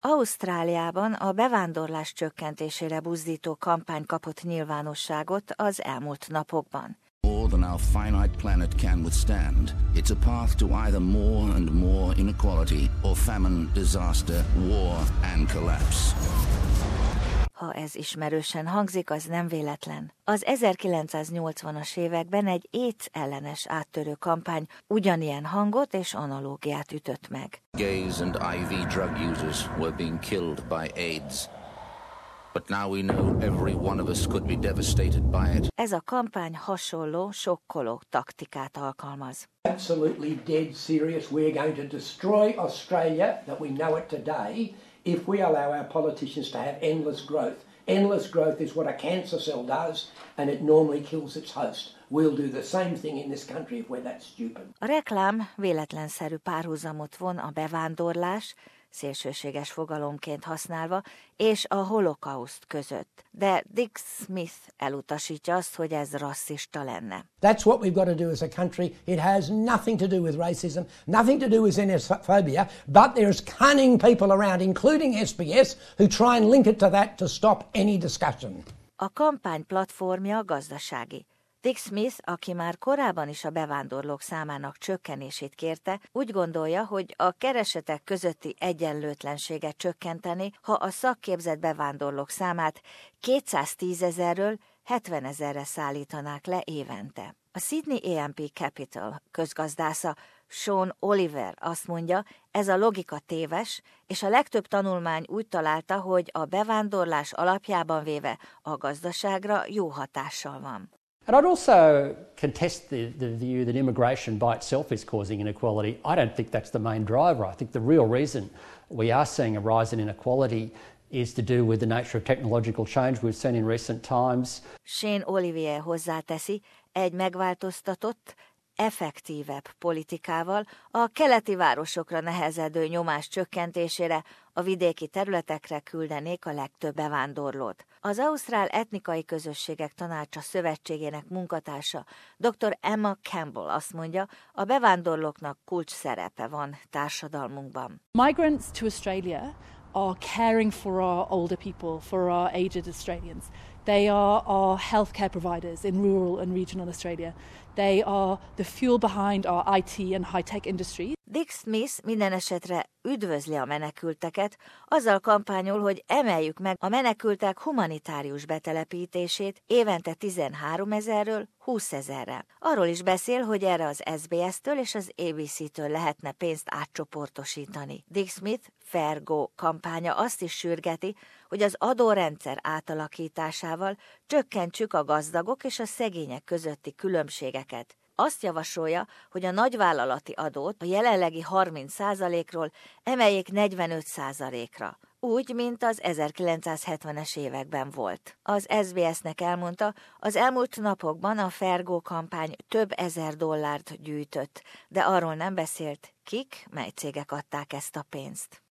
Ausztráliában a bevándorlás csökkentésére buzdító kampány kapott nyilvánosságot az elmúlt napokban. More than our finite planet can withstand. It's a path to either more and more inequality or famine, disaster, war and collapse. Ha ez ismerősen hangzik, az nem véletlen. Az 1980-as években egy AIDS ellenes áttörő kampány ugyanilyen hangot és analógiát ütött meg. Gays and IV drug users were being killed by AIDS. But now we know every one of us could be devastated by it. Ez a kampány hasonló, sokkoló taktikát alkalmaz. Absolutely dead serious. We're going to destroy Australia that we know it today if we allow our politicians to have endless growth. Endless growth is what a cancer cell does, and it normally kills its host. We'll do the same thing in this country if we're that stupid. A reklám véletlenszerű párhuzamot von a bevándorlás, szélsőséges fogalomként használva, és a holokauszt között. De Dick Smith elutasítja azt, hogy ez rasszista lenne. That's what we've got to do as a country. It has nothing to do with racism, nothing to do with xenophobia, but there's cunning people around, including SBS, who try and link it to that to stop any discussion. A kampány platformja gazdasági. Dick Smith, aki már korábban is a bevándorlók számának csökkenését kérte, úgy gondolja, hogy a keresetek közötti egyenlőtlenséget csökkenteni, ha a szakképzett bevándorlók számát 210 000-ről 70 000-re szállítanák le évente. A Sydney AMP Capital közgazdásza Sean Oliver azt mondja, ez a logika téves, és a legtöbb tanulmány úgy találta, hogy a bevándorlás alapjában véve a gazdaságra jó hatással van. And I'd also contest the view that immigration by itself is causing inequality. I don't think that's the main driver. I think the real reason we are seeing a rise in inequality is to do with the nature of technological change we've seen in recent times. Shane Olivier hozzáteszi, egy megváltoztatott, effektívebb politikával a keleti városokra nehezedő nyomás csökkentésére a vidéki területekre küldenék a legtöbb bevándorlót. Az Ausztrál Etnikai Közösségek Tanácsa Szövetségének munkatársa dr. Emma Campbell azt mondja, a bevándorlóknak kulcs szerepe van társadalmunkban. Migrants to Australia are caring for our older people, for our aged Australians. They are our healthcare providers in rural and regional Australia. They are the fuel behind our IT and high-tech industries. Dick Smith minden esetre üdvözli a menekülteket, azzal kampányol, hogy emeljük meg a menekültek humanitárius betelepítését évente 13 000-ről 20 000-re. Arról is beszél, hogy erre az SBS-től és az ABC-től lehetne pénzt átcsoportosítani. Dick Smith Fair Go kampánya azt is sürgeti, hogy az adórendszer átalakításával csökkentsük a gazdagok és a szegények közötti különbségeket. Azt javasolja, hogy a nagyvállalati adót a jelenlegi 30%-ról emeljék 45%-ra, úgy, mint az 1970-es években volt. Az SBS-nek elmondta, az elmúlt napokban a Fair Go kampány több ezer dollárt gyűjtött, de arról nem beszélt, kik, mely cégek adták ezt a pénzt.